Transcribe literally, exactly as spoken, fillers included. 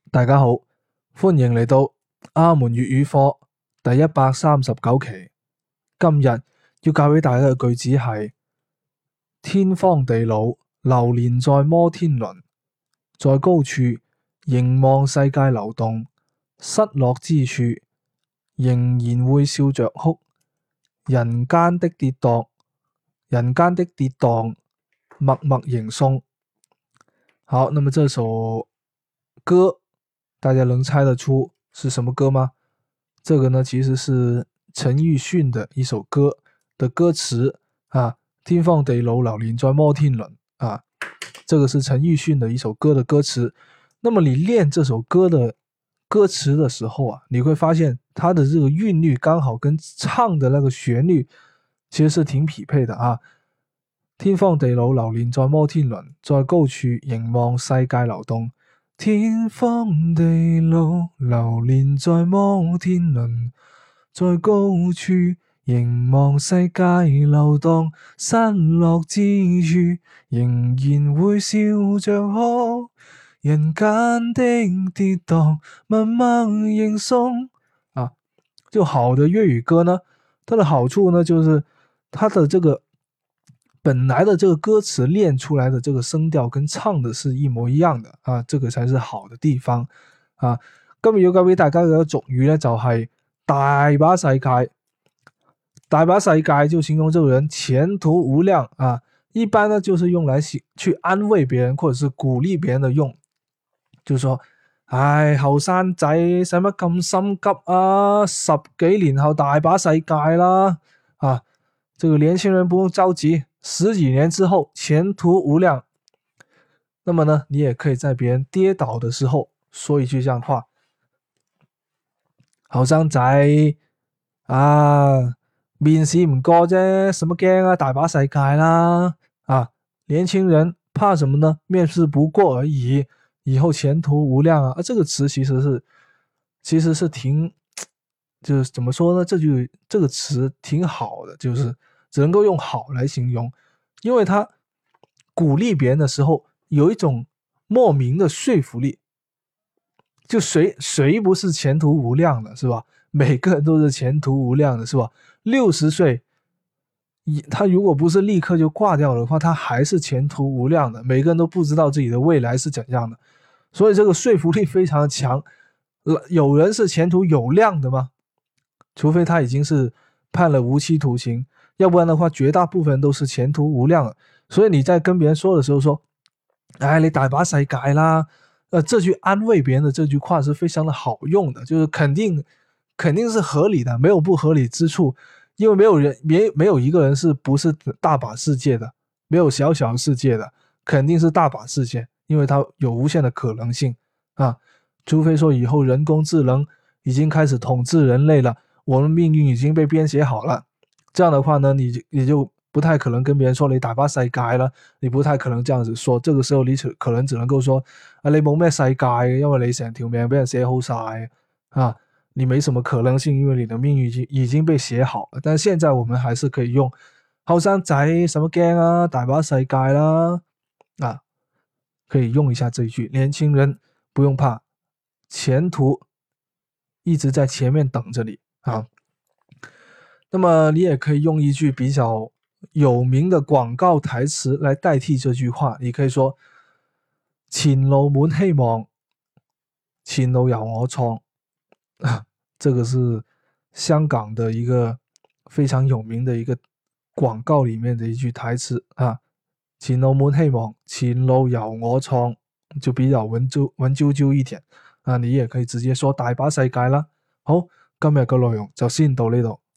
大家好，歡迎嚟到阿門粵語課第一百三十九期。今日要教俾大家嘅句子係：天荒地老，流連在摩天輪，在高處凝望世界流動，失落之處仍然會笑着哭。人間的跌宕，人間的跌宕，默默迎送。好，那麼這首歌大家能猜得出是什麼歌嗎？這個呢其實是陳奕迅的一首歌的歌詞啊，天荒地老，流連在摩天輪啊，這個是陳奕迅的一首歌的歌詞。那麼你練這首歌的歌詞的時候啊，你會發現它的這個韻律剛好跟唱的那個旋律其實是挺匹配的啊。天荒地老，流連在摩天輪，在高處凝望世界流動。天荒地老，流連在摩天輪，在高處凝望世界流動，失落之處仍然會笑着哭。人間的跌宕，默默迎送。啊，就好的粵語歌呢，它的好處呢，就是它的這個本來的這個歌詞練出來的這個聲調跟唱的是一模一樣的啊，這個才是好的地方啊。今日要教俾大家嘅俗語呢，就係大把世界。大把世界就形容這個人前途無量啊，一般呢就是用來去安慰別人或者是鼓勵別人的用，就是說，唉，後生仔使乜咁心急啊？十幾年後大把世界啦啊！這個年輕人不用着急，十幾年之後前途無量。那麼呢，你也可以在別人跌倒的時候說一句這樣話：後生仔啊，面試唔過啫，什麼驚啊？大把世界啦啊！年輕人怕什麼呢？面試不過而已，以後前途無量啊！啊，這個詞其實是其實是挺，就是怎麼說呢？這句這個詞挺好的，就是只能夠用好來形容，因為他鼓勵別人的時候有一種莫名的說服力。就誰誰不是前途無量的，是吧？每個人都是前途無量的，是吧？六十歲，他如果不是立刻就掛掉的話，他還是前途無量的。每個人都不知道自己的未來是怎樣的，所以這個說服力非常的強。有人是前途有量的嗎？除非他已經是判了無期徒刑，要不然的話，絕大部分人都是前途無量的。所以你在跟別人說的時候說，哎，你大把世界啦。呃，這句安慰別人的這句話是非常的好用的，就是肯定肯定是合理的，沒有不合理之處，因為沒有人沒沒有一個人是不是大把世界的，沒有小小世界的，肯定是大把世界，因為它有無限的可能性啊。除非說以後人工智能已經開始統治人類了，我們命運已經被編寫好了，這樣的話呢，你你就不太可能跟別人說你大把世界了，你不太可能這樣子說。這個時候你可能只能夠說啊，你冇咩世界，因為你成條命俾人寫好晒啊，你沒什麼可能性，因為你的命運已經已經被寫好了。但現在我們還是可以用後生仔什麼驚啊，大把世界啦啊，可以用一下這一句。年輕人不用怕，前途一直在前面等着你啊。那麼你也可以用一句比較有名的廣告台詞來代替這句話，你可以說前路滿希望，前路由我創。啊，這個是香港的一個非常有名的一個廣告裏面的一句台詞啊，前路滿希望，前路由我創，就比較文縐文縐縐一點啊。你也可以直接說大把世界啦。好，今日嘅內容就先到呢度。